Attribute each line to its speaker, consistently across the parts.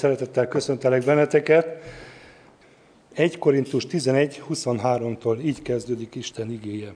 Speaker 1: szeretettel köszöntelek benneteket. 1 Korintus 11:23-tól így kezdődik Isten igéje.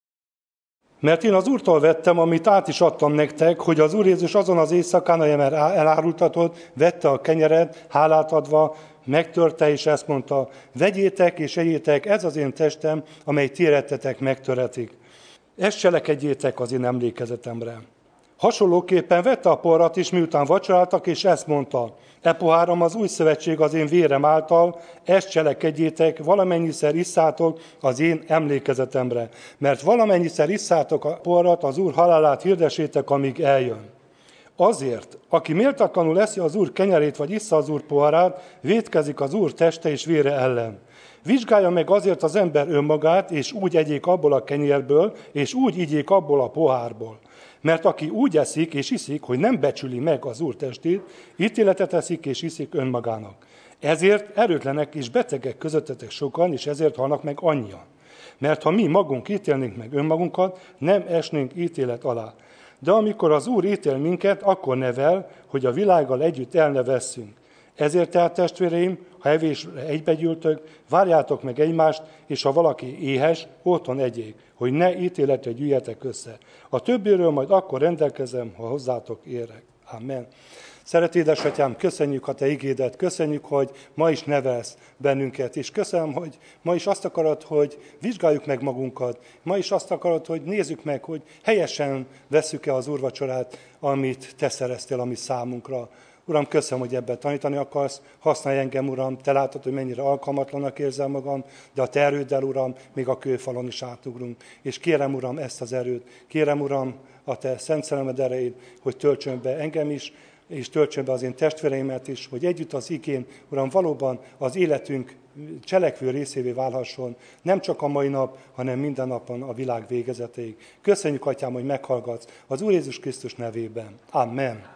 Speaker 1: Mert én az Úrtól vettem, amit át is adtam nektek, hogy az Úr Jézus azon az éjszakán, amelyen elárultatott, vette a kenyeret, hálát adva, megtörte, és ezt mondta: vegyétek és egyétek, ez az én testem, amely ti érettetek megtöretik. Ezt cselekedjétek az én emlékezetemre. Hasonlóképpen vette a poharat is, miután vacsoráltak, és ezt mondta: e poháram az új szövetség az én vérem által, ezt cselekedjétek, valamennyiszer isszátok az én emlékezetemre. Mert valamennyiszer isszátok a poharat, az Úr halálát hirdessétek, amíg eljön. Azért, aki méltatlanul eszi az Úr kenyerét, vagy issza az Úr poharát, vétkezik az Úr teste és vére ellen. Vizsgálja meg azért az ember önmagát, és úgy egyék abból a kenyérből, és úgy igyék abból a pohárból. Mert aki úgy eszik és iszik, hogy nem becsüli meg az Úr testét, ítéletet eszik és iszik önmagának. Ezért erőtlenek és betegek közöttetek sokan, és ezért halnak meg annyian. Mert ha mi magunk ítélnénk meg önmagunkat, nem esnénk ítélet alá. De amikor az Úr ítél minket, akkor nevel, hogy a világgal együtt el ne vesszünk. Ezért tehát, testvéreim, ha evésre egybegyűltök, várjátok meg egymást, és ha valaki éhes, otthon egyék, hogy ne ítéletre gyűjjetek össze. A többiről majd akkor rendelkezem, ha hozzátok érek. Amen. Szerető édesatyám, köszönjük a te igédet, köszönjük, hogy ma is nevelsz bennünket, és köszönöm, hogy ma is azt akarod, hogy vizsgáljuk meg magunkat, ma is azt akarod, hogy nézzük meg, hogy helyesen vesszük-e az úrvacsorát, amit te szereztél a mi számunkra. Uram, köszönöm, hogy ebben tanítani akarsz, használj engem, Uram, te látod, hogy mennyire alkalmatlanak érzem magam, de a te erőddel, Uram, még a kőfalon is átugrunk. És kérem, Uram, ezt az erőt, kérem, Uram, a te szent szellemed erejét, hogy töltsön be engem is, és töltsön be az én testvéreimet is, hogy együtt az igén, Uram, valóban az életünk cselekvő részévé válhasson, nem csak a mai nap, hanem minden napon a világ végezetéig. Köszönjük, Atyám, hogy meghallgatsz az Úr Jézus Krisztus nevében. Amen.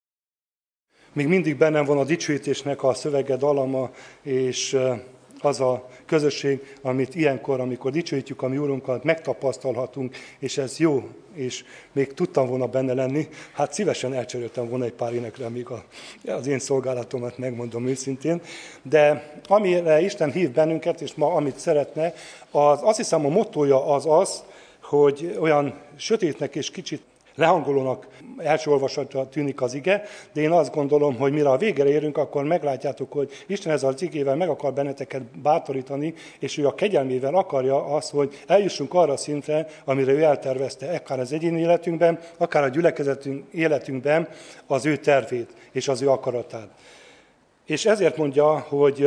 Speaker 1: Még mindig bennem van a dicsőítésnek a szövege, dalama, és az a közösség, amit ilyenkor, amikor dicsőítjük a mi Úrunkat, megtapasztalhatunk, és ez jó, és még tudtam volna benne lenni, hát szívesen elcseréltem volna egy pár énekre, amíg az én szolgálatomat megmondom őszintén, de amire Isten hív bennünket, és ma amit szeretne, azt hiszem a mottója az, hogy olyan sötétnek és kicsit lehangolónak első olvasatra tűnik az ige, de én azt gondolom, hogy mire a végére érünk, akkor meglátjátok, hogy Isten ezzel az igével meg akar benneteket bátorítani, és ő a kegyelmével akarja azt, hogy eljussunk arra a szintre, amire ő eltervezte, akár az egyéni életünkben, akár a gyülekezetünk életünkben az ő tervét és az ő akaratát. És ezért mondja, hogy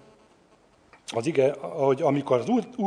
Speaker 1: az ige, hogy amikor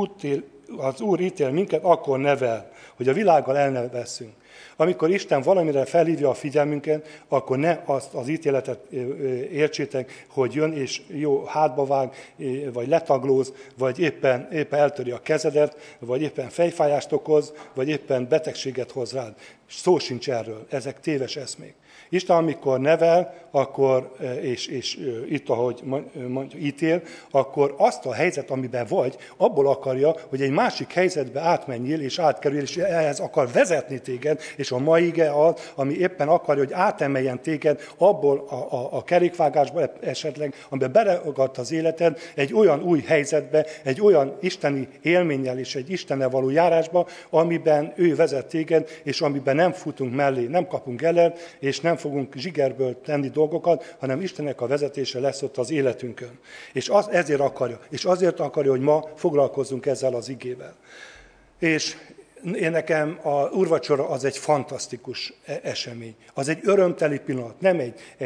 Speaker 1: az Úr ítél minket, akkor nevel, hogy a világgal el ne vesszünk. Amikor Isten valamire felhívja a figyelmünket, akkor ne azt az ítéletet értsétek, hogy jön és jó hátba vág, vagy letaglóz, vagy éppen eltöri a kezedet, vagy éppen fejfájást okoz, vagy éppen betegséget hoz rád. Szó sincs erről, ezek téves eszmék. Isten, amikor nevel, akkor, és itt, ahogy mondja, ítél, akkor azt a helyzet, amiben vagy, abból akarja, hogy egy másik helyzetbe átmenjél, és átkerüljél, és ehhez akar vezetni téged, és a mai ige az, ami éppen akarja, hogy átemeljen téged abból a kerékvágásból esetleg, amiben beragadt az életed, egy olyan új helyzetbe, egy olyan isteni élménnyel és egy Istennel való járásba, amiben ő vezet téged, és amiben nem futunk mellé, nem kapunk elert, és nem fogunk zsigerből tenni dolgokat, hanem Istennek a vezetése lesz ott az életünkön. És ezért akarja, hogy ma foglalkozzunk ezzel az igével. És nekem a úrvacsora az egy fantasztikus esemény. Az egy örömteli pillanat. Nem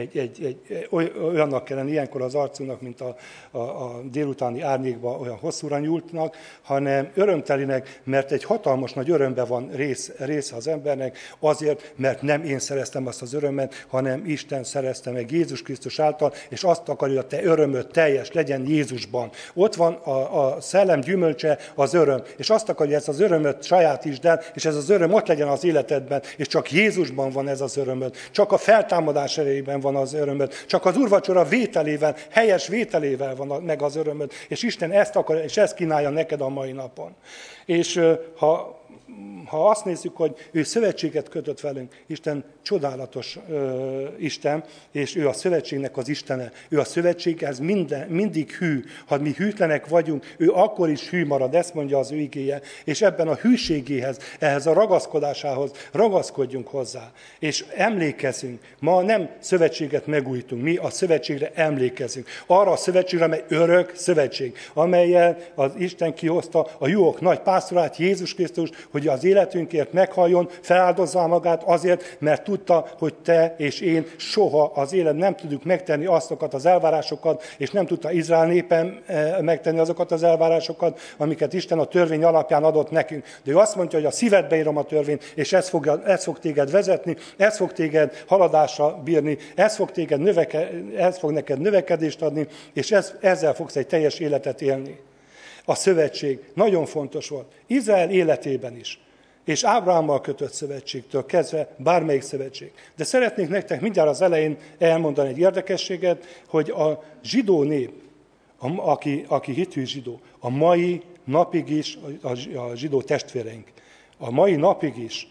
Speaker 1: olyannak kellene ilyenkor az arcunknak, mint a délutáni árnyékban olyan hosszúra nyúltnak, hanem örömtelinek, mert egy hatalmas nagy örömben van része az embernek, azért, mert nem én szereztem azt az örömet, hanem Isten szerezte meg Jézus Krisztus által, és azt akarja, hogy a te örömöd teljes legyen Jézusban. Ott van a szellem gyümölcse, az öröm, és azt akarja, hogy ezt az örömöt saját el, és ez az öröm ott legyen az életedben, és csak Jézusban van ez az örömöd, csak a feltámadás erejében van az örömöd, csak az úrvacsora vételével, helyes vételével van meg az örömöd, és Isten ezt akarja, és ezt kínálja neked a mai napon. És ha azt nézzük, hogy ő szövetséget kötött velünk, Isten csodálatos Isten, és ő a szövetségnek az Istene. Ő a szövetséghez mindig hű. Ha mi hűtlenek vagyunk, ő akkor is hű marad, ezt mondja az ő igéje. És ebben a hűségéhez, ehhez a ragaszkodásához ragaszkodjunk hozzá. És emlékezünk. Ma nem szövetséget megújítunk, mi a szövetségre emlékezünk. Arra a szövetségre, amely örök szövetség, amellyel az Isten kihozta a juhok nagy pásztorát, Jézus Krisztus, hogy az életünkért meghalljon, feláldozza magát azért, mert tudta, hogy te és én soha az élet nem tudjuk megtenni azokat az elvárásokat, és nem tudta Izrael népen megtenni azokat az elvárásokat, amiket Isten a törvény alapján adott nekünk. De ő azt mondja, hogy a szívedbe írom a törvényt, és ez fog téged vezetni, ez fog téged haladásra bírni, ez fog neked növekedést adni, és ezzel fogsz egy teljes életet élni. A szövetség nagyon fontos volt. Izrael életében is. És Ábrahámmal kötött szövetségtől kezdve bármelyik szövetség. De szeretnék nektek mindjárt az elején elmondani egy érdekességet, hogy a zsidó nép, aki hitű zsidó, a mai napig is, a zsidó testvéreink, a mai napig is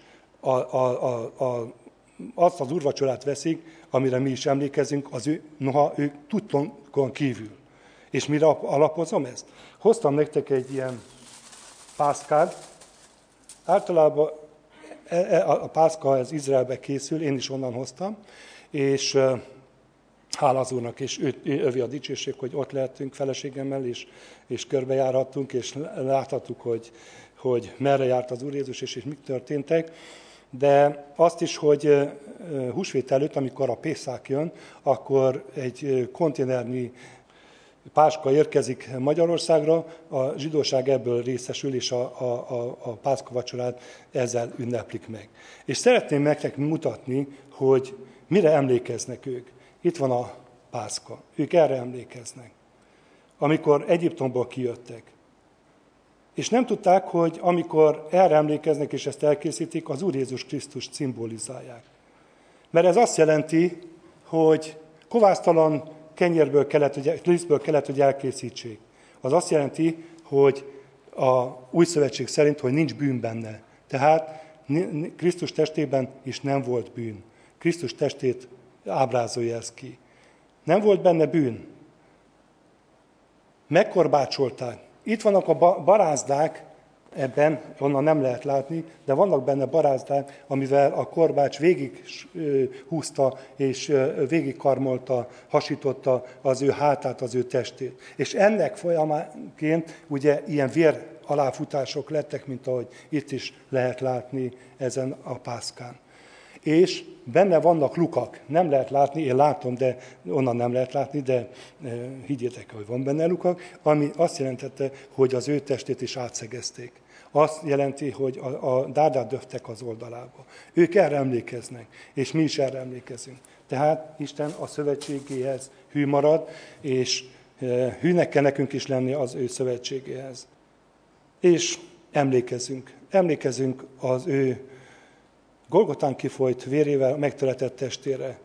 Speaker 1: azt az úrvacsorát veszik, amire mi is emlékezünk, noha ők tudtonkon kívül. És mire alapozom ezt? Hoztam nektek egy ilyen pászkát. Általában a pászka ez Izraelbe készül, én is onnan hoztam, és hála az Úrnak, és övi a dicsőség, hogy ott lehetünk feleségemmel, és körbejárhattunk, és láthattuk, hogy merre járt az Úr Jézus, és mik történtek. De azt is, hogy húsvét előtt, amikor a Pészák jön, akkor egy konténernyi páska érkezik Magyarországra, a zsidóság ebből részesül, és a pászka vacsorát ezzel ünneplik meg. És szeretném nektek mutatni, hogy mire emlékeznek ők. Itt van a pászka. Ők erre emlékeznek. Amikor Egyiptomból kijöttek. És nem tudták, hogy amikor erre emlékeznek és ezt elkészítik, az Úr Jézus Krisztust szimbolizálják. Mert ez azt jelenti, hogy kovásztalan kenyérből lisztből kellett, hogy elkészítsék. Az azt jelenti, hogy a új szövetség szerint, hogy nincs bűn benne. Tehát Krisztus testében is nem volt bűn. Krisztus testét ábrázolja ez ki. Nem volt benne bűn. Megkorbácsolták. Itt vannak a barázdák, ebben, onnan nem lehet látni, de vannak benne barázdák, amivel a korbács végig húzta és végig karmolta, hasította az ő hátát, az ő testét. És ennek folyamánként ugye ilyen vér aláfutások lettek, mint ahogy itt is lehet látni ezen a pászkán. És benne vannak lukak. Nem lehet látni, én látom, de onnan nem lehet látni, de higgyétek, hogy van benne lukak, ami azt jelentette, hogy az ő testét is átszegezték. Azt jelenti, hogy a dárdát döftek az oldalába. Ők erre emlékeznek, és mi is erre emlékezünk. Tehát Isten a szövetségéhez hű marad, és hűnek kell nekünk is lenni az ő szövetségéhez. És emlékezünk az ő Golgotán kifolyt vérével megtöretett testére.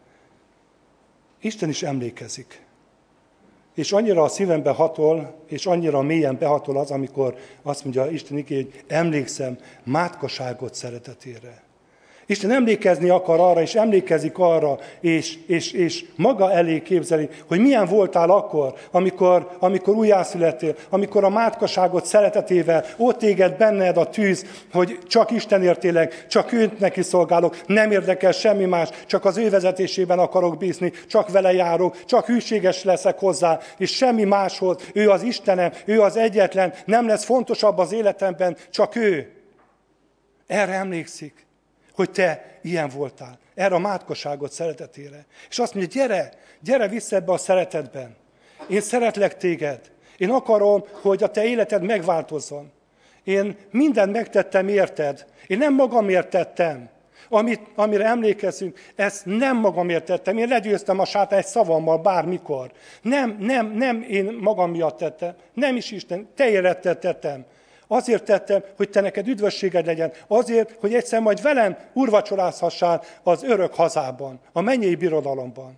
Speaker 1: Isten is emlékezik. És annyira a szívembe hatol, és annyira mélyen behatol az, amikor azt mondja Isten igény, hogy emlékszem mátkaságot szeretetére. Isten emlékezni akar arra, és emlékezik arra, és maga elé képzeli, hogy milyen voltál akkor, amikor újjászülettél, amikor a mátkaságot szeretetével ott égett benned a tűz, hogy csak Istenért élek, csak őt neki szolgálok, nem érdekel semmi más, csak az ő vezetésében akarok bízni, csak vele járok, csak hűséges leszek hozzá, és semmi máshoz. Ő az Istenem, ő az egyetlen, nem lesz fontosabb az életemben, csak ő. Erre emlékszik, hogy te ilyen voltál. Erre a mátkaságot szeretetére. És azt mondja, gyere vissza ebbe a szeretetben. Én szeretlek téged. Én akarom, hogy a te életed megváltozzon. Én mindent megtettem érted. Én nem magamért tettem. Amire emlékezünk, ezt nem magamért tettem. Én legyőztem a sátán egy szavammal bármikor. Nem én magam miatt tettem. Nem is Isten, te élettel tettem. Azért tettem, hogy te neked üdvösséged legyen. Azért, hogy egyszer majd velem úrvacsorázhassál az örök hazában, a mennyei birodalomban.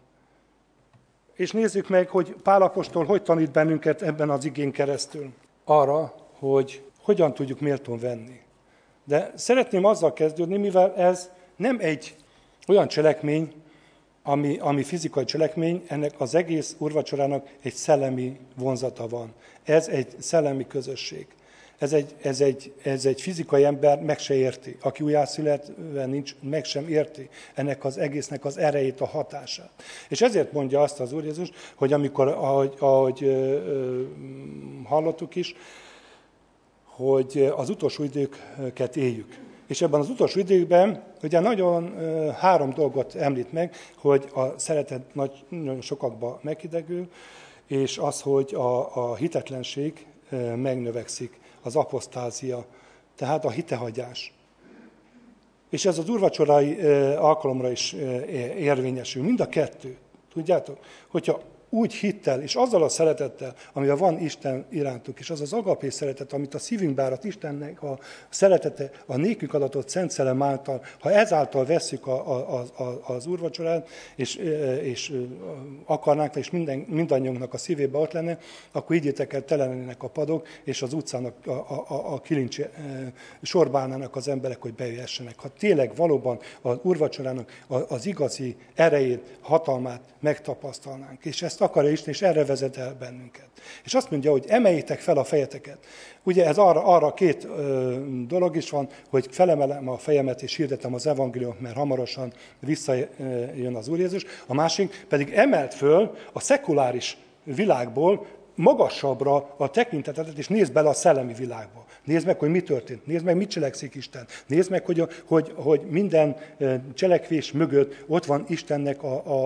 Speaker 1: És nézzük meg, hogy Pál apostol hogy tanít bennünket ebben az igén keresztül. Arra, hogy hogyan tudjuk méltón venni. De szeretném azzal kezdődni, mivel ez nem egy olyan cselekmény, ami fizikai cselekmény, ennek az egész úrvacsorának egy szellemi vonzata van. Ez egy szellemi közösség. Ez egy fizikai ember meg se érti. Aki újjászületve nincs, meg sem érti ennek az egésznek az erejét, a hatását. És ezért mondja azt az Úr Jézus, hogy amikor, ahogy hallottuk is, hogy az utolsó időket éljük. És ebben az utolsó időkben ugye nagyon 3 dolgot említ meg, hogy a szeretet nagyon sokakba meghidegül, és az, hogy a hitetlenség megnövekszik, az apostázia, tehát a hitehagyás. És ez az úrvacsorai alkalomra is érvényesül, mind a 2. Tudjátok, hogyha úgy hittel, és azzal a szeretettel, amivel van Isten irántunk, és az az agapé szeretet, amit a szívünkbe árat Istennek a szeretete, a nékünk adatott Szent Szellem által, ha ezáltal vesszük az úrvacsorát, és akarnánk, és mindannyiunknak a szívébe ott lenne, akkor higgyétek el, tele lennének a padok, és az utcának a kilincs sorba állnának az emberek, hogy bejöhessenek. Ha tényleg valóban az úrvacsorának az igazi erejét, hatalmát megtapasztalnánk. És ezt akarja Isten, és erre vezet el bennünket. És azt mondja, hogy emeljétek fel a fejeteket. Ugye ez arra 2 dolog is van, hogy felemelem a fejemet, és hirdetem az evangéliumot, mert hamarosan visszajön az Úr Jézus. A másik pedig emelt föl a szekuláris világból magasabbra a tekintetet, és nézd bele a szellemi világba. Nézd meg, hogy mi történt. Nézd meg, mit cselekszik Isten. Nézd meg, hogy minden cselekvés mögött ott van Istennek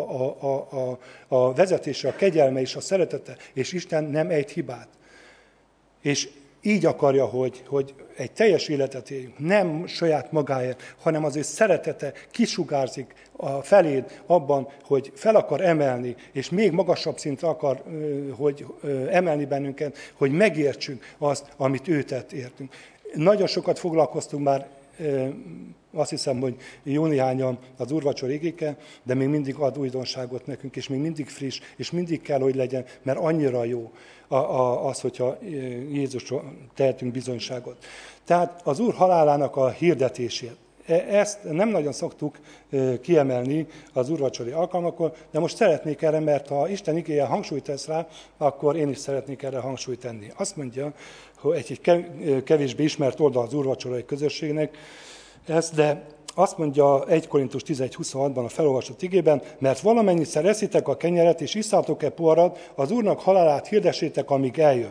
Speaker 1: a vezetése, a kegyelme és a szeretete, és Isten nem ejt hibát. És így akarja, hogy egy teljes életet éljünk, nem saját magáért, hanem az ő szeretete kisugárzik feléd abban, hogy fel akar emelni, és még magasabb szintre akar emelni bennünket, hogy megértsünk azt, amit ő tett értünk. Nagyon sokat foglalkoztunk már, azt hiszem, hogy jó néhányan az úrvacsor igékkel, de még mindig ad újdonságot nekünk, és még mindig friss, és mindig kell, hogy legyen, mert annyira jó az, hogyha Jézusról tehetünk bizonyságot. Tehát az Úr halálának a hirdetését. Ezt nem nagyon szoktuk kiemelni az úrvacsori alkalmakon, de most szeretnék erre, mert ha Isten igéje hangsúlyt tesz rá, akkor én is szeretnék erre hangsúlyt tenni. Azt mondja, hogy egy kevésbé ismert oldal az úrvacsorai közösségnek, de azt mondja 1 Korintus 11.26-ban a felolvasott igében, mert valamennyiszer eszitek a kenyeret, és isszátok-e poharat, az Úrnak halálát hirdessétek, amíg eljön.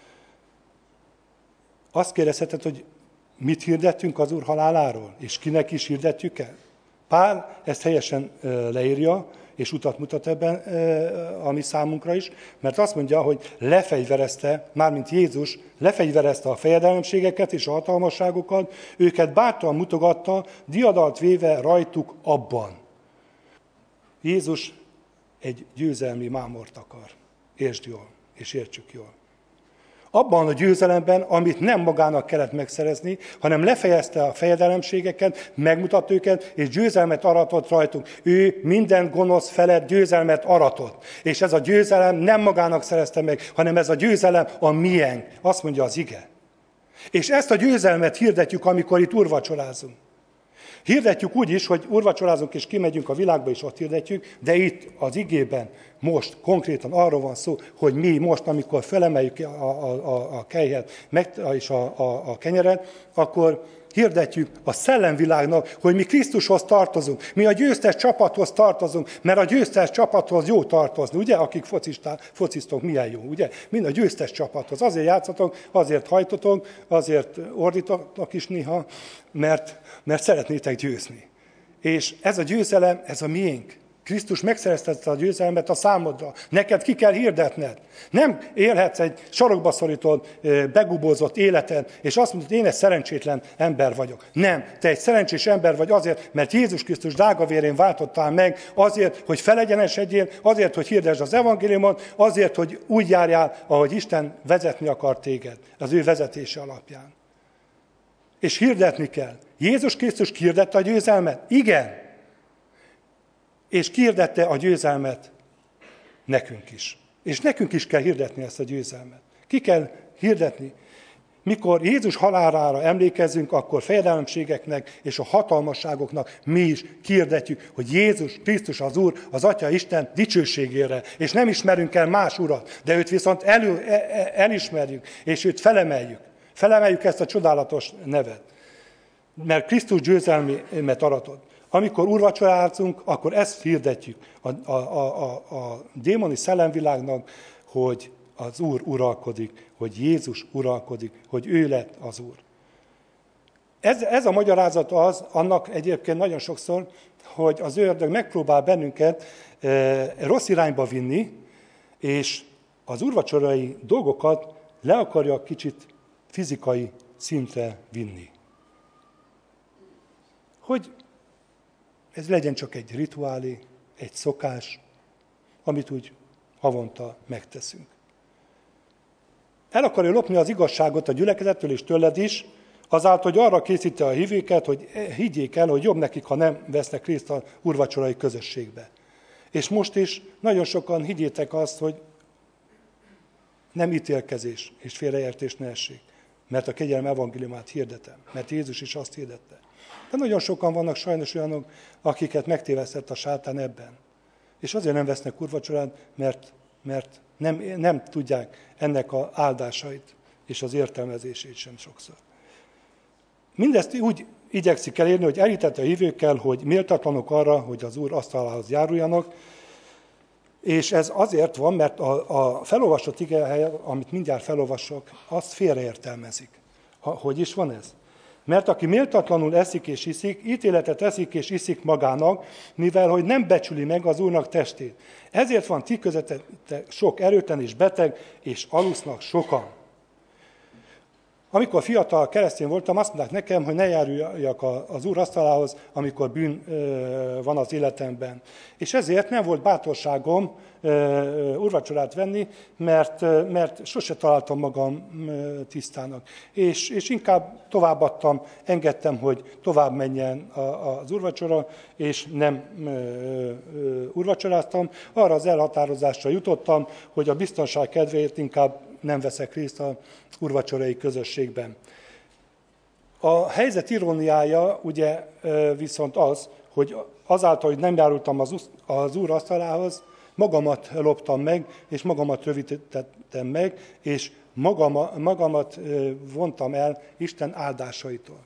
Speaker 1: Azt kérdezheted, hogy mit hirdettünk az Úr haláláról, és kinek is hirdetjük el? Pál ezt helyesen leírja, és utat mutat ebben a mi számunkra is, mert azt mondja, hogy lefegyverezte, mármint Jézus, lefegyverezte a fejedelemségeket és a hatalmasságokat, őket bátran mutogatta, diadalt véve rajtuk abban. Jézus egy győzelmi mámort akar. Értsd jól, és értsük jól. Abban a győzelemben, amit nem magának kellett megszerezni, hanem lefejezte a fejedelemségeket, megmutatta őket, és győzelmet aratott rajtunk. Ő minden gonosz felett győzelmet aratott. És ez a győzelem nem magának szerezte meg, hanem ez a győzelem a miénk. Azt mondja az ige. És ezt a győzelmet hirdetjük, amikor itt úrvacsorázunk. Hirdetjük úgy is, hogy úrvacsorázunk és kimegyünk a világba, és ott hirdetjük, de itt az igében most konkrétan arról van szó, hogy mi most, amikor felemeljük a kelyhet és a kenyeret, akkor hirdetjük a szellemvilágnak, hogy mi Krisztushoz tartozunk, mi a győztes csapathoz tartozunk, mert a győztes csapathoz jó tartozni, ugye, akik fociztok, milyen jó, ugye, mind a győztes csapathoz. Azért játszatok, azért hajtotok, azért ordítotok is néha, mert szeretnétek győzni. És ez a győzelem, ez a miénk. Krisztus megszerezte a győzelmet a számodra. Neked ki kell hirdetned. Nem élhetsz egy sarokba szorított, begubózott életed, és azt mondod, hogy én egy szerencsétlen ember vagyok. Nem, te egy szerencsés ember vagy azért, mert Jézus Krisztus drága vérén váltottál meg, azért, hogy felegyenesedjél, azért, hogy hirdesd az evangéliumot, azért, hogy úgy járjál, ahogy Isten vezetni akar téged, az ő vezetése alapján. És hirdetni kell. Jézus Krisztus hirdette a győzelmet? Igen. És kihirdette a győzelmet nekünk is. És nekünk is kell hirdetni ezt a győzelmet. Ki kell hirdetni? Mikor Jézus halálára emlékezünk, akkor fejedelemségeknek és a hatalmasságoknak mi is kihirdetjük, hogy Jézus Krisztus az Úr, az Atya Isten dicsőségére, és nem ismerünk el más urat, de őt viszont elismerjük, és őt felemeljük. Felemeljük ezt a csodálatos nevet, mert Krisztus győzelmet aratott. Amikor úrvacsorázunk, akkor ezt hirdetjük a démoni szellemvilágnak, hogy az Úr uralkodik, hogy Jézus uralkodik, hogy ő lett az Úr. Ez a magyarázat annak egyébként nagyon sokszor, hogy az ördög megpróbál bennünket rossz irányba vinni, és az úrvacsorai dolgokat le akarja kicsit fizikai szintre vinni. Hogy ez legyen csak egy rituálé, egy szokás, amit úgy havonta megteszünk. El akarja lopni az igazságot a gyülekezettől és tőled is, azáltal, hogy arra készíti a hívőket, hogy higgyék el, hogy jobb nekik, ha nem vesznek részt az úrvacsorai közösségbe. És most is nagyon sokan higgyétek azt, hogy nem ítélkezés és félreértés ne essék, mert a kegyelem evangéliumát hirdetem, mert Jézus is azt hirdette. De nagyon sokan vannak sajnos olyanok, akiket megtévesztett a sátán ebben. És azért nem vesznek úrvacsorát, mert nem tudják ennek az áldásait és az értelmezését sem sokszor. Mindezt úgy igyekszik elérni, hogy elhitette a hívőkkel, hogy méltatlanok arra, hogy az Úr asztalához járuljanak, és ez azért van, mert a felolvasott igehely, amit mindjárt felolvasok, azt félreértelmezik. Hogy is van ez? Mert aki méltatlanul eszik és iszik, ítéletet eszik és iszik magának, mivel hogy nem becsüli meg az Úrnak testét. Ezért van ti közöttetek sok erőtlen és beteg, és alusznak sokan. Amikor fiatal keresztény voltam, azt mondták nekem, hogy ne járuljak az Úr asztalához, amikor bűn van az életemben. És ezért nem volt bátorságom úrvacsorát venni, mert sose találtam magam tisztának. És inkább továbbadtam, engedtem, hogy tovább menjen az úrvacsora, és nem úrvacsoráztam. Arra az elhatározásra jutottam, hogy a biztonság kedvéért inkább nem veszek részt az úrvacsorai közösségben. A helyzet iróniája ugye viszont az, hogy azáltal, hogy nem járultam az Úr asztalához, magamat loptam meg, és magamat rövidítettem meg, és magamat vontam el Isten áldásaitól.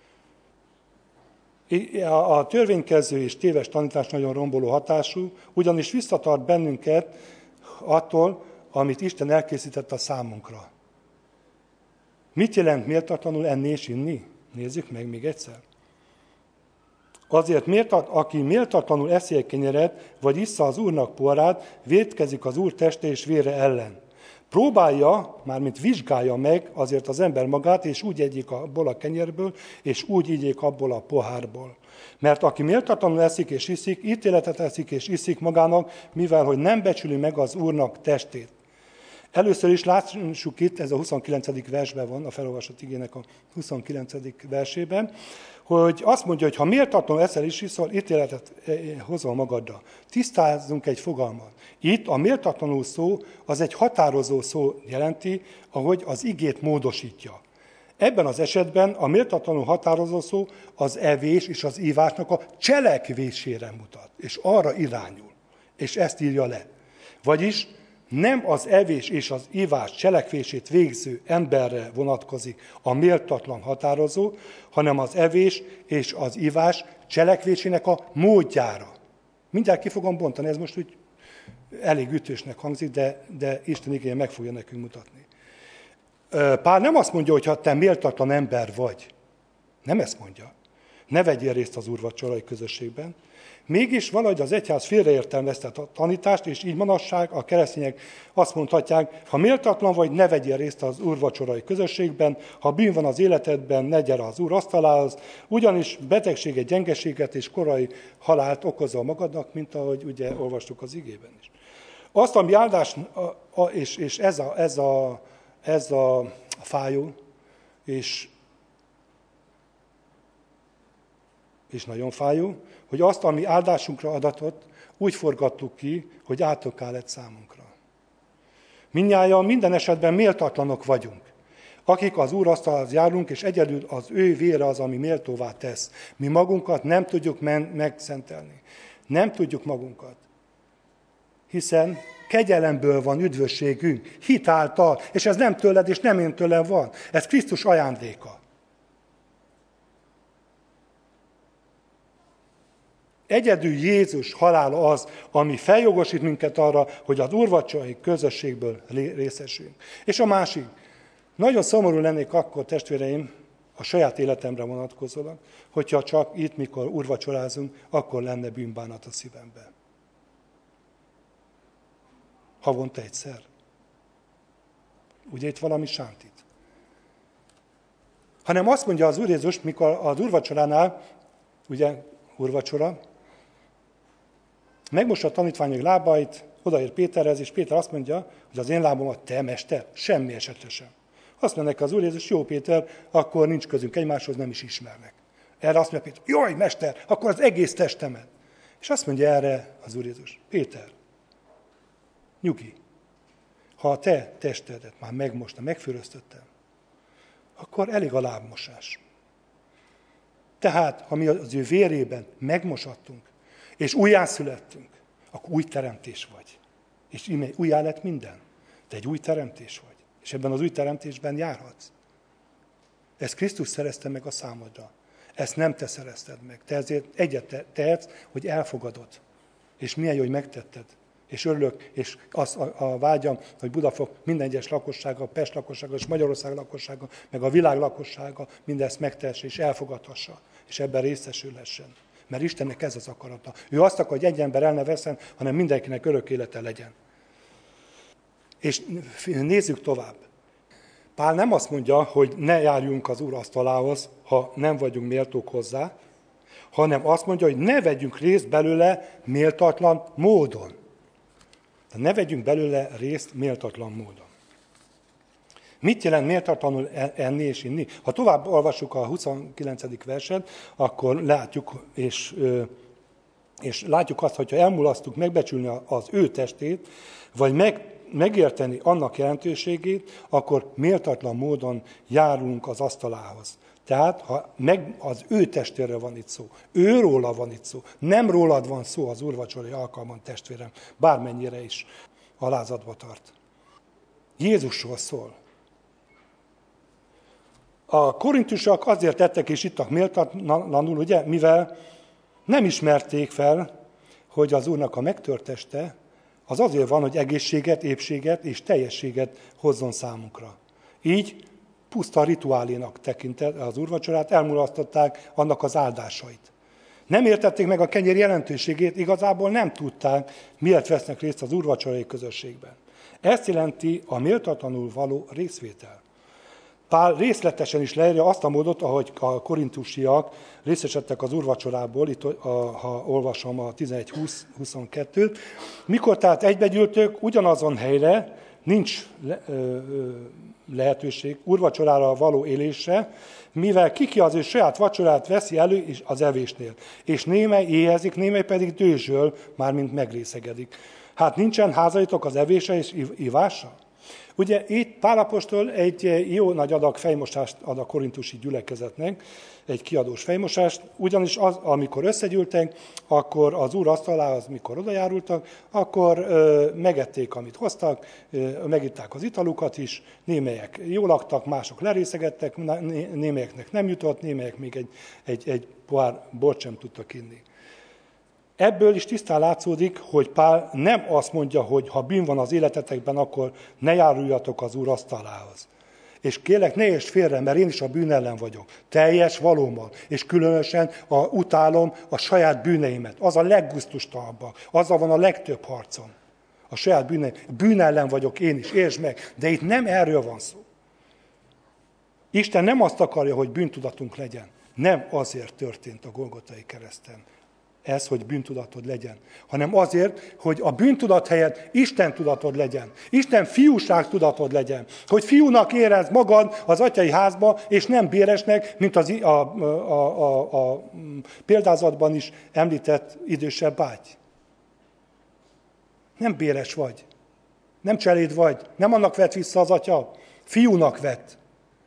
Speaker 1: A törvénykező és téves tanítás nagyon romboló hatású, ugyanis visszatart bennünket attól, amit Isten elkészített a számunkra. Mit jelent méltatlanul enni és inni? Nézzük meg még egyszer. Azért, aki méltatlanul eszi egy kenyeret, vagy issza az Úrnak porát, vétkezik az Úr teste és vére ellen. Próbálja, mármint vizsgálja meg azért az ember magát, és úgy egyik abból a kenyerből, és úgy igyék abból a pohárból. Mert aki méltatlanul eszik és iszik, ítéletet eszik és iszik magának, mivel hogy nem becsüli meg az Úrnak testét. Először is lássuk itt, ez a 29. versben van, a felolvasott igének a 29. versében, hogy azt mondja, hogy ha méltatlanul eszel és iszol, ítéletet hozol magadra. Tisztázzunk egy fogalmat. Itt a méltatlanul szó az egy határozó szó jelenti, ahogy az igét módosítja. Ebben az esetben a méltatlanul határozó szó az evés és az ívásnak a cselekvésére mutat, és arra irányul, és ezt írja le. Vagyis nem az evés és az ivás cselekvését végző emberre vonatkozik a méltatlan határozó, hanem az evés és az ivás cselekvésének a módjára. Mindjárt ki fogom bontani, ez most úgy elég ütősnek hangzik, de Isten igéje meg fogja nekünk mutatni. Pál nem azt mondja, hogy ha te méltatlan ember vagy. Nem ezt mondja. Ne vegyél részt az úrvacsorai közösségben. Mégis valahogy az egyház félreértelmezte a tanítást, és így manapság a keresztények azt mondhatják, ha méltatlan vagy, ne vegyél részt az úrvacsorai közösségben, ha bűn van az életedben, ne gyere az Úr asztalához, ugyanis betegséget, gyengeséget és korai halált okozol magadnak, mint ahogy ugye olvastuk az igében is. Azt, ami áldás, és ez a fájó, és nagyon fájó, hogy azt, ami áldásunkra adatott, úgy forgattuk ki, hogy átokká lett számunkra. Mindnyájan minden esetben méltatlanok vagyunk. akik az Úr asztalához járunk, és egyedül az ő vére az, ami méltóvá tesz. Mi magunkat nem tudjuk megszentelni. Nem tudjuk magunkat. Hiszen kegyelemből van üdvösségünk, hit által, és ez nem tőled és nem én tőlem van. Ez Krisztus ajándéka. Egyedül Jézus halála az, ami feljogosít minket arra, hogy az úrvacsorai közösségből részesülünk. És a másik, nagyon szomorú lennék akkor, testvéreim, a saját életemre vonatkozólag, hogyha csak itt, mikor úrvacsorázunk, akkor lenne bűnbánat a szívemben. Havonta egyszer. Ugye itt valami sántit. Hanem azt mondja az Úr Jézus, mikor az úrvacsoránál, ugye úrvacsora, megmossa a tanítványok lábait, odaér Péterhez, és Péter azt mondja, hogy az én lábamat te, mester, semmi esetre sem. Azt mondja neki az Úr Jézus, jó Péter, akkor nincs közünk egymáshoz, nem is ismernek. Erre azt mondja Péter, jaj, mester, akkor az egész testemet. És azt mondja erre az Úr Jézus, Péter, nyugi, ha a te testedet már megmostam, megfüröztöttem, akkor elég a lábmosás. Tehát, ha mi az ő vérében megmosattunk, és újjászülettünk, akkor új teremtés vagy. És újjá lett minden. Te egy új teremtés vagy. És ebben az új teremtésben járhatsz. Ezt Krisztus szerezte meg a számodra. Ezt nem te szerezted meg. Te ezért egyet tehetsz, hogy elfogadod. És milyen jó, hogy megtetted. És örülök, és az a vágyam, hogy Budafok minden egyes lakossága, Pest lakossága, és Magyarország lakossága, meg a világ lakossága mindezt megtehesse és elfogadhassa, és ebben részesülhessen. Mert Istennek ez az akarata. Ő azt akar, hogy egy ember el ne veszen, hanem mindenkinek örök élete legyen. És nézzük tovább. Pál nem azt mondja, hogy ne járjunk az Úr asztalához, ha nem vagyunk méltók hozzá, hanem azt mondja, hogy ne vegyünk részt belőle méltatlan módon. Ne vegyünk belőle részt méltatlan módon. Mit jelent méltatlanul enni és inni? Ha tovább olvassuk a 29. verset, akkor látjuk, és látjuk azt, hogyha elmulasztuk megbecsülni az ő testét, vagy megérteni annak jelentőségét, akkor méltatlan módon járunk az asztalához. Tehát, ha az ő testéről van itt szó, őróla van itt szó, nem rólad van szó az úrvacsorai alkalmon, testvérem, bármennyire is alázatba tart. Jézusról szól. A korintusiak azért tettek és ittak méltatlanul, ugye, mivel nem ismerték fel, hogy az Úrnak a megtört teste az azért van, hogy egészséget, épséget és teljességet hozzon számukra. Így puszta rituálénak tekintett az úrvacsorát, elmulasztották annak az áldásait. Nem értették meg a kenyér jelentőségét, igazából nem tudták, miért vesznek részt az úrvacsorai közösségben. Ezt jelenti a méltatlanul való részvétel. Pál részletesen is leírja azt a módot, ahogy a korintusiak részesedtek az úrvacsorából, itt, ha olvasom a 11-22-t. Mikor tehát egybegyűltök, ugyanazon helyre nincs lehetőség úrvacsorára való élésre, mivel ki az ő saját vacsorát veszi elő is az evésnél. És némely éhezik, némely pedig dőzsöl, mármint megrészegedik. Hát nincsen házaitok az evése és ivása? Ugye itt Pál apostol egy jó nagy adag fejmosást ad a korintusi gyülekezetnek, egy kiadós fejmosást, ugyanis az, amikor összegyűltek, akkor az Úr asztalához, mikor odajárultak, akkor megették, amit hoztak, megitták az italukat is, némelyek jól laktak, mások lerészegettek, némelyeknek nem jutott, némelyek még egy pohár bort sem tudtak inni. Ebből is tisztán látszódik, hogy Pál nem azt mondja, hogy ha bűn van az életetekben, akkor ne járuljatok az Úr asztalához. És kérlek, ne értsd félre, mert én is a bűn ellen vagyok. Teljes valóban. És különösen utálom a saját bűneimet. Az a leggusztustalanabb. Azzal van a legtöbb harcom. A saját bűneim. Bűn ellen vagyok én is, értsd meg. De itt nem erről van szó. Isten nem azt akarja, hogy bűntudatunk legyen. Nem azért történt a Golgotai kereszten ez, hogy bűntudatod legyen, hanem azért, hogy a bűntudat helyett Isten tudatod legyen. Isten fiúság tudatod legyen. Hogy fiúnak érezd magad az atyai házba, és nem béresnek, mint a példázatban is említett idősebb báty. Nem béres vagy. Nem cseléd vagy. Nem annak vett vissza az atya. Fiúnak vett.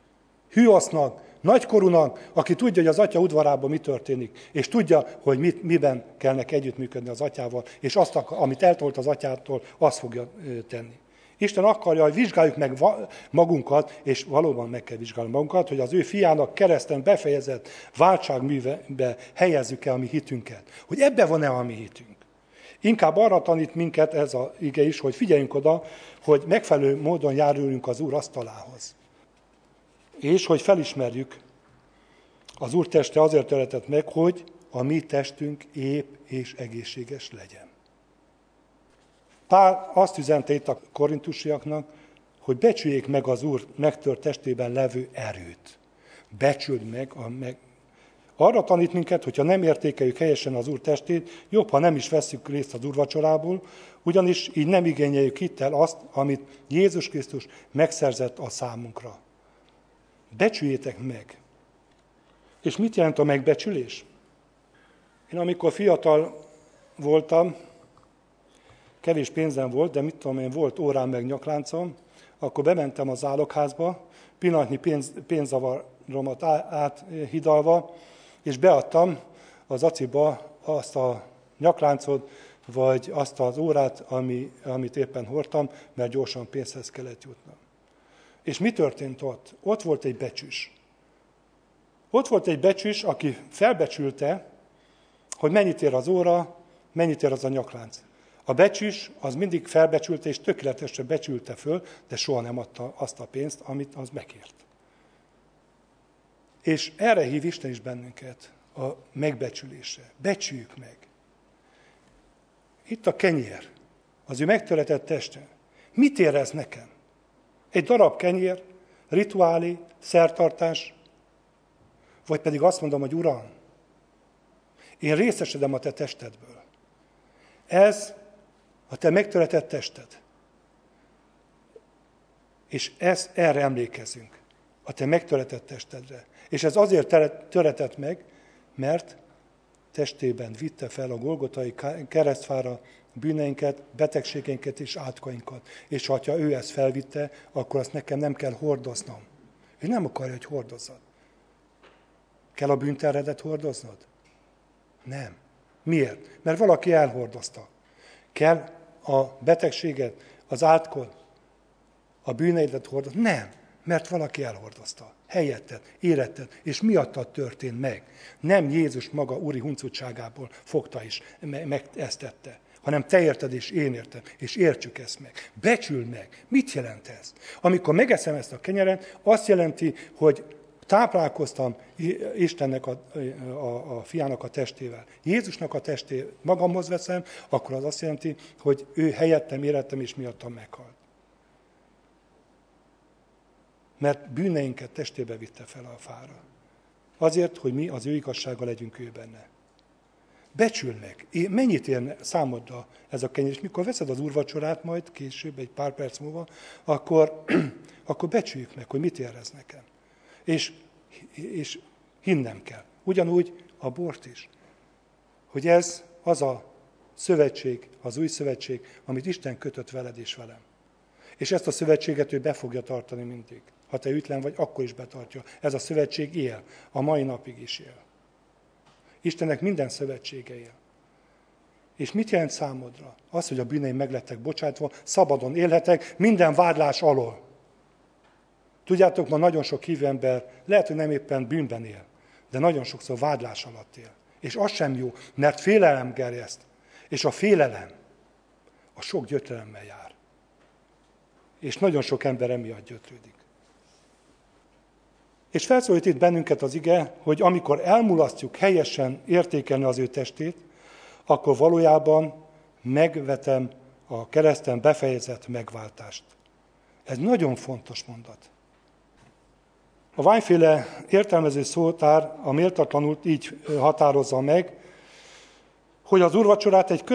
Speaker 1: hűosznak, nagykorúnak, aki tudja, hogy az atya udvarában mi történik, és tudja, hogy miben kellnek együttműködni az atyával, és azt, amit eltolt az atyától, azt fogja tenni. Isten akarja, hogy vizsgáljuk meg magunkat, és valóban meg kell vizsgálni magunkat, hogy az ő fiának kereszten befejezett váltságművebe helyezzük el a mi hitünket. Hogy ebbe van-e a mi hitünk. Inkább arra tanít minket ez az ige is, hogy figyeljünk oda, hogy megfelelő módon járuljunk az Úr asztalához. És hogy felismerjük, az Úr teste azért töretett meg, hogy a mi testünk épp és egészséges legyen. Pál azt üzente itt a korintusiaknak, hogy becsüljék meg az Úr megtört testében levő erőt. Becsüld meg. Arra tanít minket, hogyha nem értékeljük helyesen az Úr testét, jobb, ha nem is vesszük részt az úrvacsorából, ugyanis így nem igényeljük hittel azt, amit Jézus Krisztus megszerzett a számunkra. Becsüljétek meg. És mit jelent a megbecsülés? Én amikor fiatal voltam, kevés pénzem volt, de mit tudom én, volt órám meg nyakláncom, akkor bementem az zálogházba, pillanatnyi pénzzavaromat áthidalva, és beadtam az aciba azt a nyakláncot, vagy azt az órát, amit éppen hordtam, mert gyorsan pénzhez kellett jutnom. És mi történt ott? Ott volt egy becsüs. Ott volt egy becsüs, aki felbecsülte, hogy mennyit ér az óra, mennyit ér az a nyaklánc. A becsüs az mindig felbecsülte és tökéletesen becsülte föl, de soha nem adta azt a pénzt, amit az megért. És erre hív Isten is bennünket, a megbecsülésre. Becsüljük meg. Itt a kenyér, az ő megtöretett teste. Mit ér ez nekem? Egy darab kenyér, rituálé, szertartás, vagy pedig azt mondom, hogy Uram, én részesedem a te testedből. Ez a te megtöretett tested. És erre emlékezünk, a te megtöretett testedre. És ez azért töretett meg, mert testében vitte fel a Golgotai keresztfára bűneinket, betegségeinket és átkainkat. És ha ő ezt felvitte, akkor azt nekem nem kell hordoznom. Ő nem akarja, hogy hordozzad. Kell a bűnterhedet hordoznod? Nem. Miért? Mert valaki elhordozta. Kell a betegséget, az átkot, a bűneidet hordozni? Nem. Mert valaki elhordozta. Helyetted, éretted, és miattad történt meg. Nem Jézus maga úri huncutságából fogta is, meg ezt tette, hanem te érted és én értem, és értsük ezt meg. Becsüld meg. Mit jelent ez? Amikor megeszem ezt a kenyeret, azt jelenti, hogy táplálkoztam Istennek a fiának a testével. Jézusnak a testét magamhoz veszem, akkor az azt jelenti, hogy ő helyettem, érettem és miattam meghalt. Mert bűneinket testébe vitte fel a fára. Azért, hogy mi az ő igazsága legyünk ő benne. Becsüld meg. Mennyit ér számodra ez a kenyér? És mikor veszed az úrvacsorát majd később, egy pár perc múlva, akkor becsüljük meg, hogy mit ér ez nekem. És hinnem kell. Ugyanúgy a bort is. Hogy ez az a szövetség, az új szövetség, amit Isten kötött veled és velem. És ezt a szövetséget ő be fogja tartani mindig. Ha te ütlen vagy, akkor is betartja. Ez a szövetség él. A mai napig is él. Istennek minden szövetsége él. És mit jelent számodra? Az, hogy a bűneim meglettek bocsátva, szabadon élhetek minden vádlás alól. Tudjátok, ma nagyon sok hívő ember lehet, hogy nem éppen bűnben él, de nagyon sokszor vádlás alatt él. És az sem jó, mert félelem gerjeszt. És a félelem a sok gyötrelemmel jár. És nagyon sok ember emiatt gyötrődik. És felszólít itt bennünket az ige, hogy amikor elmulasztjuk helyesen értékelni az ő testét, akkor valójában megvetem a kereszten befejezett megváltást. Ez nagyon fontos mondat. A Vine-féle értelmező szótár a méltatlanul így határozza meg, hogy az úrvacsorát egy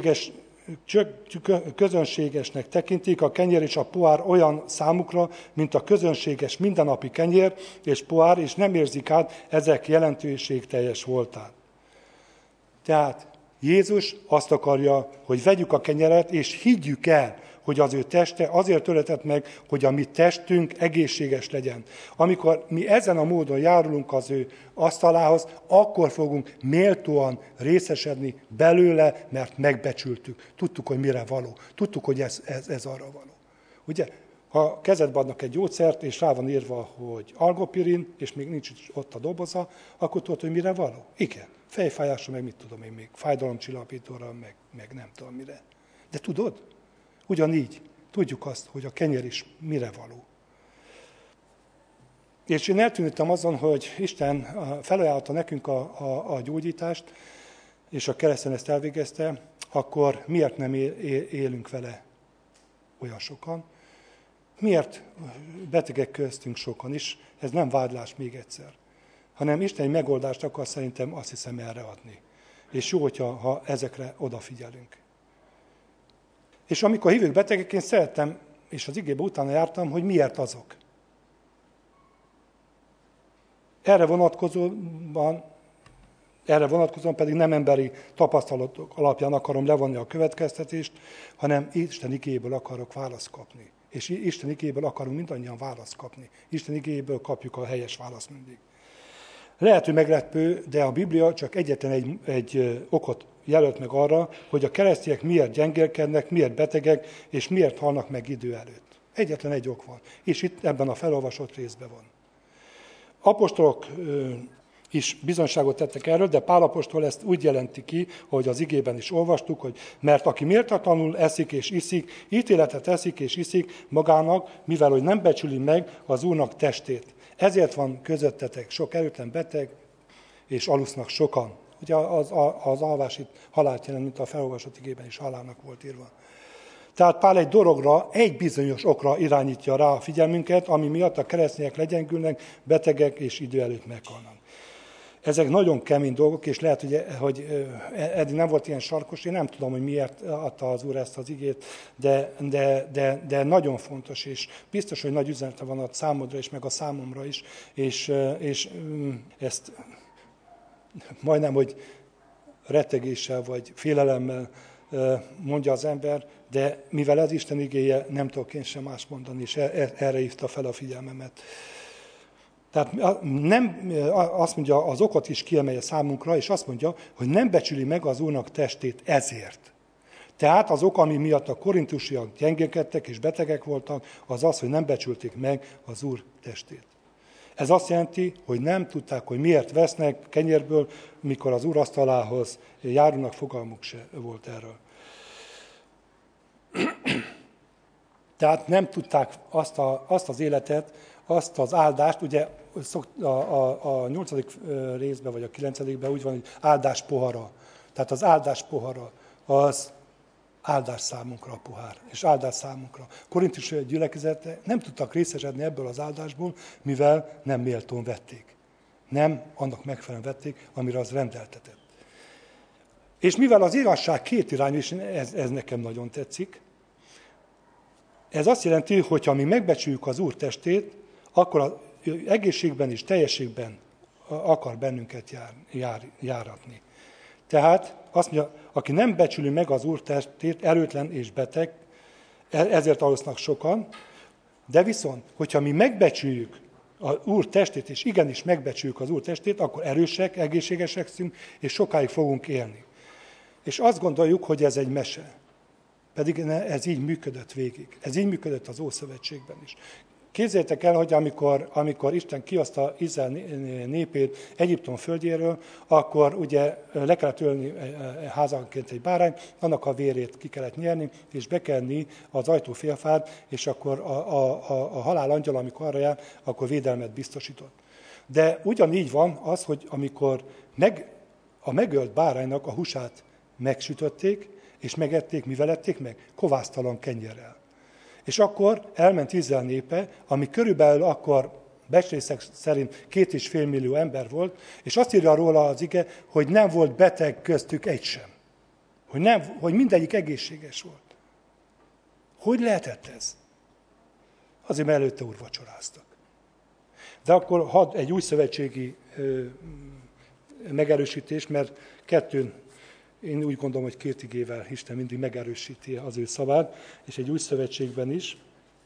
Speaker 1: közönségesnek tekintik, a kenyér és a pohár olyan számukra, mint a közönséges mindennapi kenyér és pohár, és nem érzik át ezek jelentőségteljes voltát. Tehát Jézus azt akarja, hogy vegyük a kenyeret, és higgyük el, hogy az ő teste azért született meg, hogy a mi testünk egészséges legyen. Amikor mi ezen a módon járulunk az ő asztalához, akkor fogunk méltóan részesedni belőle, mert megbecsültük. Tudtuk, hogy mire való. Tudtuk, hogy ez arra való. Ugye? Ha kezedbe adnak egy gyógyszert, és rá van írva, hogy algopirin, és még nincs ott a doboza, akkor tudod, hogy mire való? Igen. Fejfájásra, meg mit tudom én még, fájdalomcsillapítóra, meg nem tudom mire. De tudod? Ugyanígy tudjuk azt, hogy a kenyér is mire való. És én eltűnődtem azon, hogy Isten felajánlotta nekünk a gyógyítást, és a kereszten ezt elvégezte, akkor miért nem élünk vele olyan sokan? Miért betegek köztünk sokan is? Ez nem vádlás még egyszer. Hanem Isten egy megoldást akar szerintem azt hiszem erre adni. És jó, ha ezekre odafigyelünk. És amikor hívők betegek, én szerettem, és az igébe utána jártam, hogy miért azok. Erre vonatkozóan pedig nem emberi tapasztalatok alapján akarom levonni a következtetést, hanem Isten igéből akarok választ kapni. És Isten igéből akarunk mindannyian választ kapni. Isten igéből kapjuk a helyes választ mindig. Lehet, hogy meglepő, de a Biblia csak egyetlen egy okot jelölt meg arra, hogy a keresztények miért gyengélkednek, miért betegek, és miért halnak meg idő előtt. Egyetlen egy ok van, és itt ebben a felolvasott részben van. Apostolok is bizonyságot tettek erről, de Pál apostol ezt úgy jelenti ki, hogy az igében is olvastuk, hogy mert aki méltatlanul eszik és iszik, ítéletet eszik és iszik magának, mivel hogy nem becsüli meg az Úrnak testét. Ezért van közöttetek sok erőtlen beteg, és alusznak sokan. Ugye az alvás itt halált jelent, mint a felolvasott igében is halálnak volt írva. Tehát Pál egy dologra, egy bizonyos okra irányítja rá a figyelmünket, ami miatt a keresztények legyengülnek, betegek és idő előtt meghalnak. Ezek nagyon kemény dolgok, és lehet, hogy eddig nem volt ilyen sarkos, én nem tudom, hogy miért adta az Úr ezt az igét, de nagyon fontos, és biztos, hogy nagy üzenete van a számodra is, meg a számomra is, és ezt majdnem, hogy rettegéssel vagy félelemmel mondja az ember, de mivel ez Isten igéje, nem tudok én sem más mondani, és erre hívta fel a figyelmemet. Tehát nem, azt mondja, az okot is kiemelje számunkra, és azt mondja, hogy nem becsüli meg az Úrnak testét ezért. Tehát az ok, ami miatt a korintusiak gyengélkedtek és betegek voltak, az az, hogy nem becsülték meg az Úr testét. Ez azt jelenti, hogy nem tudták, hogy miért vesznek kenyérből, mikor az Úr asztalához járulnak, fogalmuk se volt erről. Tehát nem tudták azt az életet, azt az áldást, ugye a 8. részben vagy a 9. úgy van, hogy áldás pohara. Tehát az áldás pohara, az áldás számunkra a pohár, és áldás számunkra. Korintus gyülekezete nem tudtak részesedni ebből az áldásból, mivel nem méltón vették. Nem annak megfelelően vették, amire az rendeltetett. És mivel az igazság két irányú, és ez nekem nagyon tetszik, ez azt jelenti, hogy ha mi megbecsüljük az Úr testét, akkor az egészségben és teljességben akar bennünket járatni. Tehát azt mondja, aki nem becsüli meg az Úr testét, erőtlen és beteg, ezért alusznak sokan, de viszont, hogyha mi megbecsüljük az Úr testét, és igenis megbecsüljük az Úr testét, akkor erősek, egészségesek szünk, és sokáig fogunk élni. És azt gondoljuk, hogy ez egy mese. Pedig ez így működött végig. Ez így működött az Ószövetségben is. Képzeljétek el, hogy amikor Isten kihozta Izrael népét Egyiptom földjéről, akkor ugye le kellett ölni házanként egy bárányt, annak a vérét ki kellett nyerni, és bekenni az ajtófélfát, és akkor a halál angyal, amikor arra jár, akkor védelmet biztosított. De ugyanígy van az, hogy amikor a megölt báránynak a húsát megsütötték, és megették, mivel ették meg? Kovásztalan kenyérrel. És akkor elment Izrael népe, ami körülbelül akkor becslések szerint 2,5 millió ember volt, és azt írja róla az ige, hogy nem volt beteg köztük egy sem. Hogy mindegyik egészséges volt. Hogy lehetett ez? Azért, mert előtte úrvacsoráztak. De akkor hadd egy új szövetségi megerősítés, mert kettőn Én úgy gondolom, hogy két igével Isten mindig megerősíti az ő szavát, és egy új szövetségben is.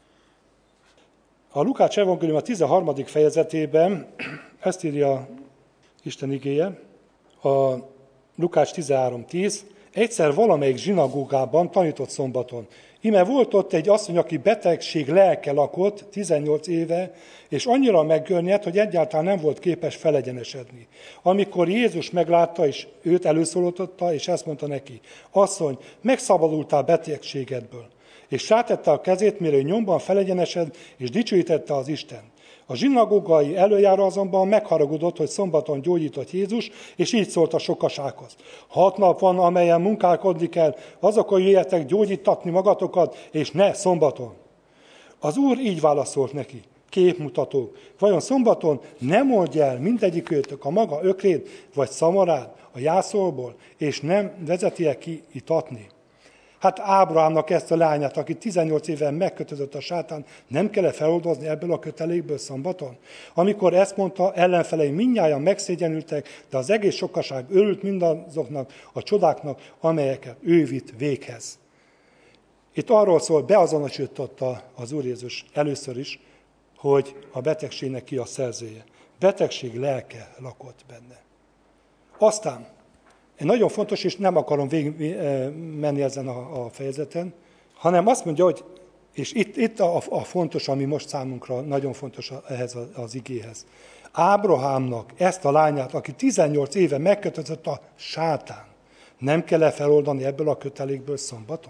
Speaker 1: A Lukács evangélium a 13. fejezetében ezt írja Isten igéje, a Lukács 13:10, egyszer valamelyik zsinagógában tanított szombaton. Íme volt ott egy asszony, aki betegség lelke lakott 18 éve, és annyira meggörnyedt, hogy egyáltalán nem volt képes felegyenesedni. Amikor Jézus meglátta, és őt előszólította, és ezt mondta neki, asszony, megszabadultál betegségedből. És rátette a kezét, mire ő nyomban felegyenesed, és dicsőítette az Istent. A zsinagógai előjáró azonban megharagudott, hogy szombaton gyógyított Jézus, és így szólt a sokasághoz. 6 nap van, amelyen munkálkodni kell, azokon jöjjetek gyógyítatni magatokat, és ne szombaton. Az Úr így válaszolt neki, képmutatók, vajon szombaton nem oldja el mindegyikőtök a maga ökrét, vagy szamarád a jászolból, és nem vezeti-e ki itatni? Hát Ábrahámnak ezt a lányát, aki 18 éven megkötözött a sátán, nem kell feloldozni ebből a kötelékből szombaton? Amikor ezt mondta, ellenfelei mindnyájan megszégyenültek, de az egész sokaság örült mindazoknak a csodáknak, amelyeket ő vitt véghez. Itt arról szól, beazonosította az Úr Jézus először is, hogy a betegségnek ki a szerzője. Betegség lelke lakott benne. Aztán nagyon fontos, és nem akarom végig menni ezen a fejezeten, hanem azt mondja, hogy, és itt a fontos, ami most számunkra nagyon fontos ehhez az igéhez. Ábrahámnak ezt a lányát, aki 18 éve megkötözött a sátán, nem kell feloldani ebből a kötelékből szombaton?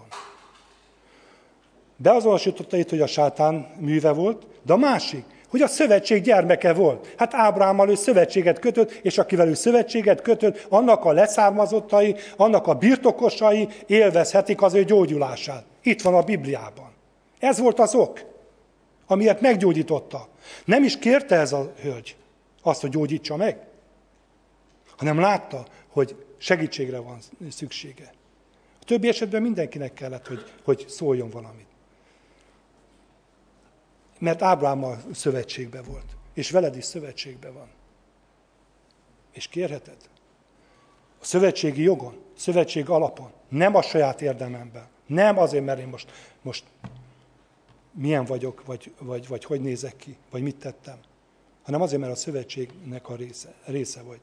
Speaker 1: Beazonosította itt, hogy a sátán műve volt, de a másik, hogy a szövetség gyermeke volt. Hát Ábrahámmal ő szövetséget kötött, és akivel ő szövetséget kötött, annak a leszármazottai, annak a birtokosai élvezhetik az ő gyógyulását. Itt van a Bibliában. Ez volt az ok, amiért meggyógyította. Nem is kérte ez a hölgy azt, hogy gyógyítsa meg, hanem látta, hogy segítségre van szüksége. A többi esetben mindenkinek kellett, hogy szóljon valamit. Mert Ábrahámmal szövetségben volt, és veled is szövetségben van. És kérheted. A szövetségi jogon, szövetség alapon, nem a saját érdememben, nem azért, mert én most milyen vagyok, vagy hogy nézek ki, vagy mit tettem, hanem azért, mert a szövetségnek a része vagy.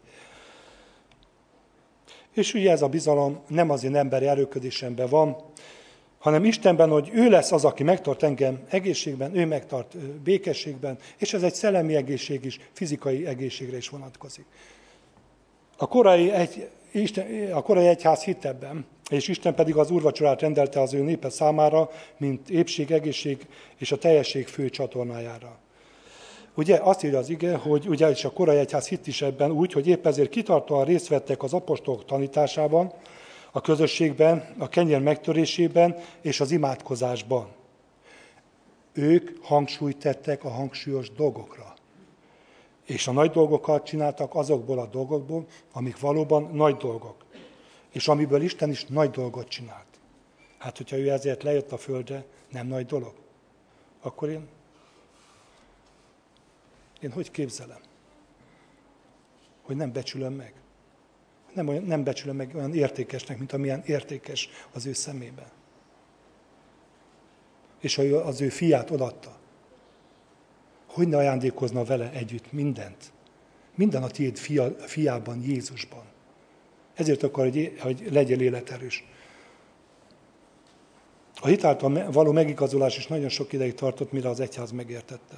Speaker 1: És ugye ez a bizalom nem az én emberi erőködésemben van, hanem Istenben, hogy ő lesz az, aki megtart engem egészségben, ő megtart békességben, és ez egy szellemi egészség is, fizikai egészségre is vonatkozik. A korai egyház hitt ebben, és Isten pedig az úrvacsorát rendelte az ő népe számára, mint épség, egészség és a teljesség fő csatornájára. Ugye azt írja az ige, hogy ugye is a korai egyház hitt is ebben úgy, hogy épp ezért kitartóan részt vettek az apostolok tanításában, a közösségben, a kenyér megtörésében és az imádkozásban. Ők hangsúlyt tettek a hangsúlyos dolgokra. És a nagy dolgokat csináltak azokból a dolgokból, amik valóban nagy dolgok. És amiből Isten is nagy dolgot csinált. Hát, hogyha ő ezért lejött a földre, nem nagy dolog, akkor én hogy képzelem? Hogy nem becsülöm meg. Nem becsülöm meg olyan értékesnek, mint amilyen értékes az ő szemében. És az ő fiát odaadta. Hogy ne ajándékozna vele együtt mindent? Minden a tiéd fiában, Jézusban. Ezért akar, hogy legyél életerős. A hit által való megigazolás is nagyon sok ideig tartott, mire az egyház megértette.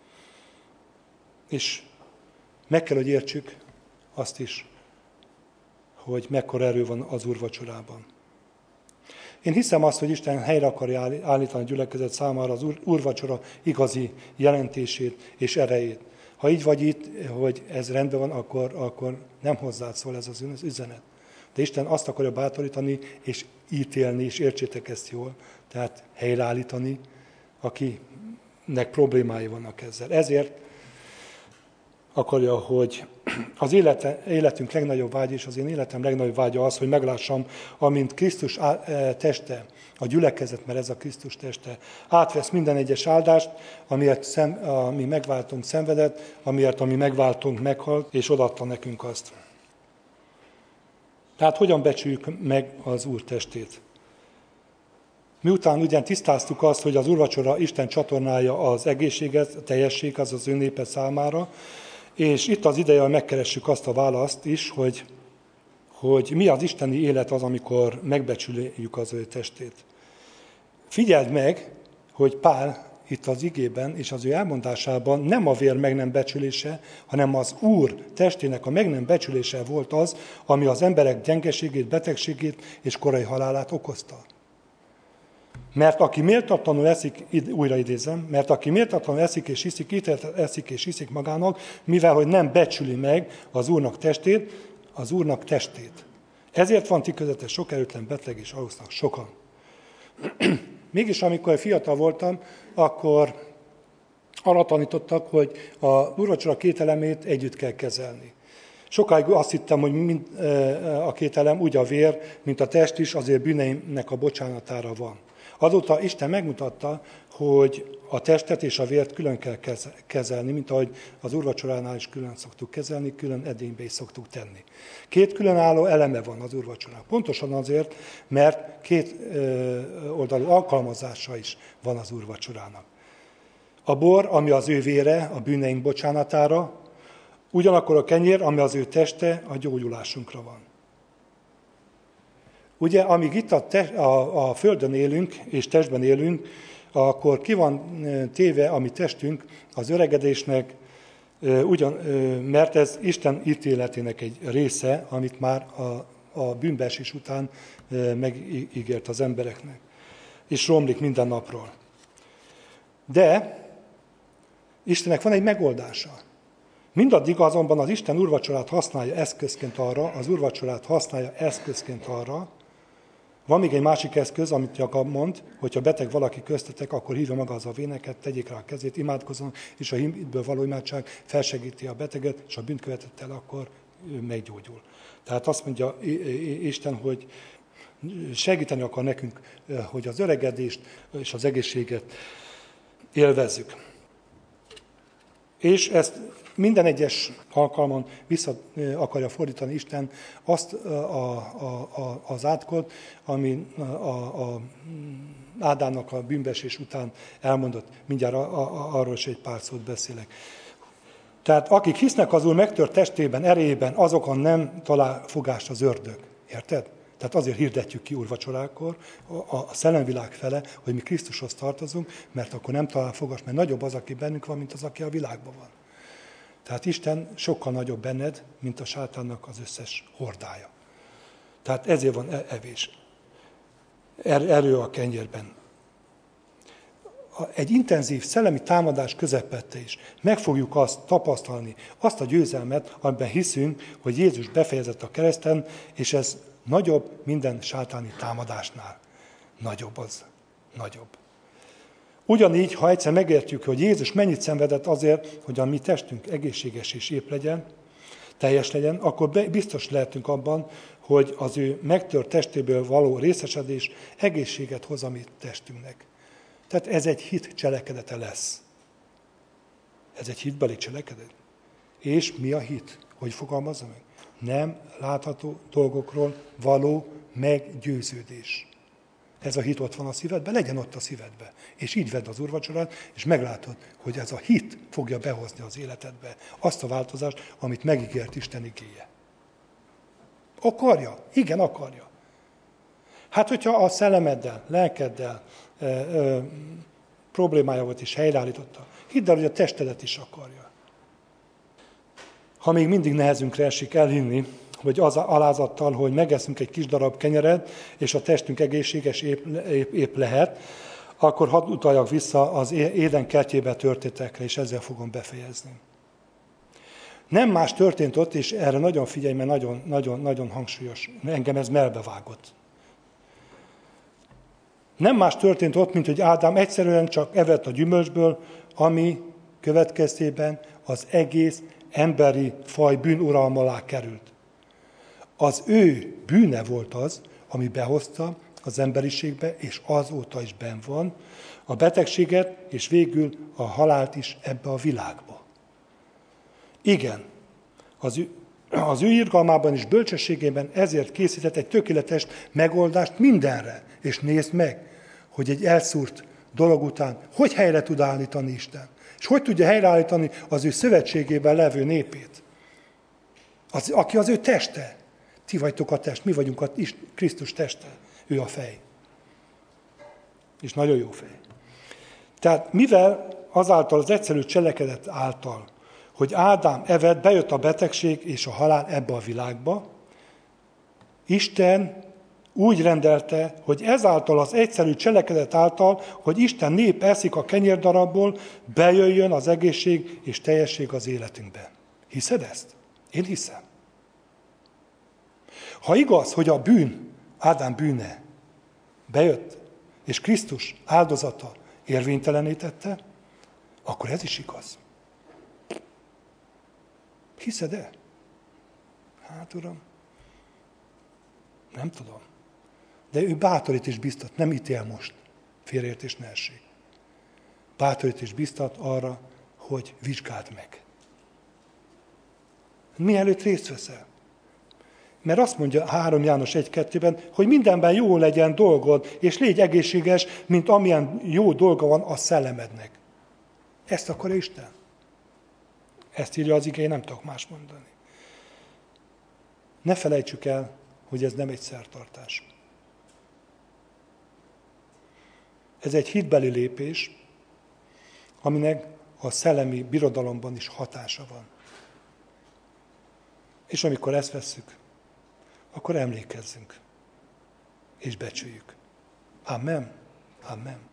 Speaker 1: És meg kell, hogy értsük azt is, hogy mekkora erő van az úrvacsorában. Én hiszem azt, hogy Isten helyre akarja állítani a gyülekezet számára az úrvacsora igazi jelentését és erejét. Ha így vagy itt, hogy ez rendben van, akkor nem hozzád szól ez az üzenet. De Isten azt akarja bátorítani és ítélni, és értsétek ezt jól, tehát helyreállítani, akinek problémái vannak ezzel. Ezért akarja, hogy az életünk legnagyobb vágy, és az én életem legnagyobb vágya az, hogy meglássam, amint Krisztus teste, a gyülekezet, mert ez a Krisztus teste, átvesz minden egyes áldást, amiért mi megváltunk szenvedett, amiért a mi megváltunk meghalt, és odaadta nekünk azt. Tehát hogyan becsüljük meg az Úr testét? Miután ugyan tisztáztuk azt, hogy az úrvacsora Isten csatornája az egészséget, a teljesség az ő népe számára, és itt az ideje, hogy megkeressük azt a választ is, hogy mi az isteni élet az, amikor megbecsüljük az ő testét. Figyeld meg, hogy Pál itt az igében és az ő elmondásában nem a vér meg nem becsülése, hanem az Úr testének a meg nem becsülése volt az, ami az emberek gyengeségét, betegségét és korai halálát okozta. Mert aki méltatlanul eszik, újra idézem, mert aki méltatlanul eszik és iszik, ítéletet eszik és iszik magának, mivel hogy nem becsüli meg az Úrnak testét. Ezért van ti közöttek sok erőtlen beteg és alusznak sokan. Mégis amikor fiatal voltam, akkor arra tanítottak, hogy a úrvacsora két elemét együtt kell kezelni. Sokáig azt hittem, hogy a két elem úgy a vér, mint a test is, azért bűneimnek a bocsánatára van. Azóta Isten megmutatta, hogy a testet és a vért külön kell kezelni, mint ahogy az úrvacsoránál is külön szoktuk kezelni, külön edénybe is szoktuk tenni. Két különálló eleme van az úrvacsorának. Pontosan azért, mert két oldalú alkalmazása is van az úrvacsorának. A bor, ami az ő vére, a bűneink bocsánatára, ugyanakkor a kenyér, ami az ő teste, a gyógyulásunkra van. Ugye, amíg itt a földön élünk, és testben élünk, akkor ki van téve a mi testünk az öregedésnek, mert ez Isten ítéletének egy része, amit már a bűnbeesés után megígért az embereknek. És romlik minden napról. De Istennek van egy megoldása. Mindaddig azonban az Isten úrvacsorát használja eszközként arra, van még egy másik eszköz, amit Jakab mond, hogyha beteg valaki köztetek, akkor hívja maga az a véneket, tegyék rá a kezét, imádkozzon, és a hitből való imádság felsegíti a beteget, és a bűnt követett el, akkor meggyógyul. Tehát azt mondja Isten, hogy segíteni akar nekünk, hogy az öregedést és az egészséget élvezzük. És ezt minden egyes alkalmon vissza akarja fordítani Isten azt az átkot, ami a Ádámnak a bűnbeesés után elmondott. Mindjárt arról is egy pár szót beszélek. Tehát akik hisznek az Úr megtört testében, erejében, azokon nem talál fogást az ördög. Érted? Tehát azért hirdetjük ki úrvacsorákkor a szellemvilág fele, hogy mi Krisztushoz tartozunk, mert akkor nem talál fogást, mert nagyobb az, aki bennünk van, mint az, aki a világban van. Tehát Isten sokkal nagyobb benned, mint a sátánnak az összes hordája. Tehát ezért van evés. Erő a kenyérben. Egy intenzív szellemi támadás közepette is meg fogjuk azt tapasztalni, azt a győzelmet, amiben hiszünk, hogy Jézus befejezett a kereszten, és ez nagyobb minden sátáni támadásnál. Nagyobb az. Nagyobb. Ugyanígy, ha egyszer megértjük, hogy Jézus mennyit szenvedett azért, hogy a mi testünk egészséges és ép legyen, teljes legyen, akkor biztos lehetünk abban, hogy az ő megtört testéből való részesedés egészséget hoz a mi testünknek. Tehát ez egy hit cselekedete lesz. Ez egy hitbeli cselekedet. És mi a hit? Hogy fogalmazza meg? Nem látható dolgokról való meggyőződés. Ez a hit ott van a szívedben, legyen ott a szívedben. És így vedd az úrvacsorát, és meglátod, hogy ez a hit fogja behozni az életedbe azt a változást, amit megígért Isten igéje. Akarja? Igen, akarja. Hát, hogyha a szellemeddel, lelkeddel problémája volt és helyreállította, hidd el, hogy a testedet is akarja. Ha még mindig nehezünkre esik elhinni, hogy az alázattal, hogy megeszünk egy kis darab kenyeret, és a testünk egészséges épp lehet, akkor hadd utaljak vissza az Éden kertjébe történtekre, és ezzel fogom befejezni. Nem más történt ott, és erre nagyon figyelj, mert nagyon hangsúlyos. Engem ez melbevágott. Nem más történt ott, mint hogy Ádám egyszerűen csak evett a gyümölcsből, ami következtében az egész emberi faj bűnuralma alá került. Az ő bűne volt az, ami behozta az emberiségbe, és azóta is benn van, a betegséget, és végül a halált is ebbe a világba. Igen, az ő irgalmában és bölcsességében ezért készített egy tökéletes megoldást mindenre. És nézd meg, hogy egy elszúrt dolog után hogy helyre tud állítani Isten. És hogy tudja helyreállítani az ő szövetségében levő népét. Aki az ő teste. Ti vagytok a test, mi vagyunk a Krisztus teste. Ő a fej. És nagyon jó fej. Tehát mivel azáltal az egyszerű cselekedet által, hogy Ádám evett, bejött a betegség és a halál ebbe a világba, Isten úgy rendelte, hogy ezáltal az egyszerű cselekedet által, hogy Isten nép eszik a kenyérdarabból, bejöjjön az egészség és teljesség az életünkbe. Hiszed ezt? Én hiszem. Ha igaz, hogy a bűn, Ádám bűne bejött, és Krisztus áldozata érvénytelenítette, akkor ez is igaz. Hiszed-e? Hát, Uram, nem tudom. De ő bátorít és biztat, nem ítél most. Félreértés ne essék. Bátorít és biztat arra, hogy vizsgáld meg. Mielőtt részt veszel. Mert azt mondja 3 János 1-2-ben, hogy mindenben jó legyen dolgod, és légy egészséges, mint amilyen jó dolga van a szellemednek. Ezt akarja Isten? Ezt írja az ige, én nem tudok más mondani. Ne felejtsük el, hogy ez nem egy szertartás. Ez egy hitbeli lépés, aminek a szellemi birodalomban is hatása van. És amikor ezt vesszük, akkor emlékezzünk és becsüljük. Amen. Amen.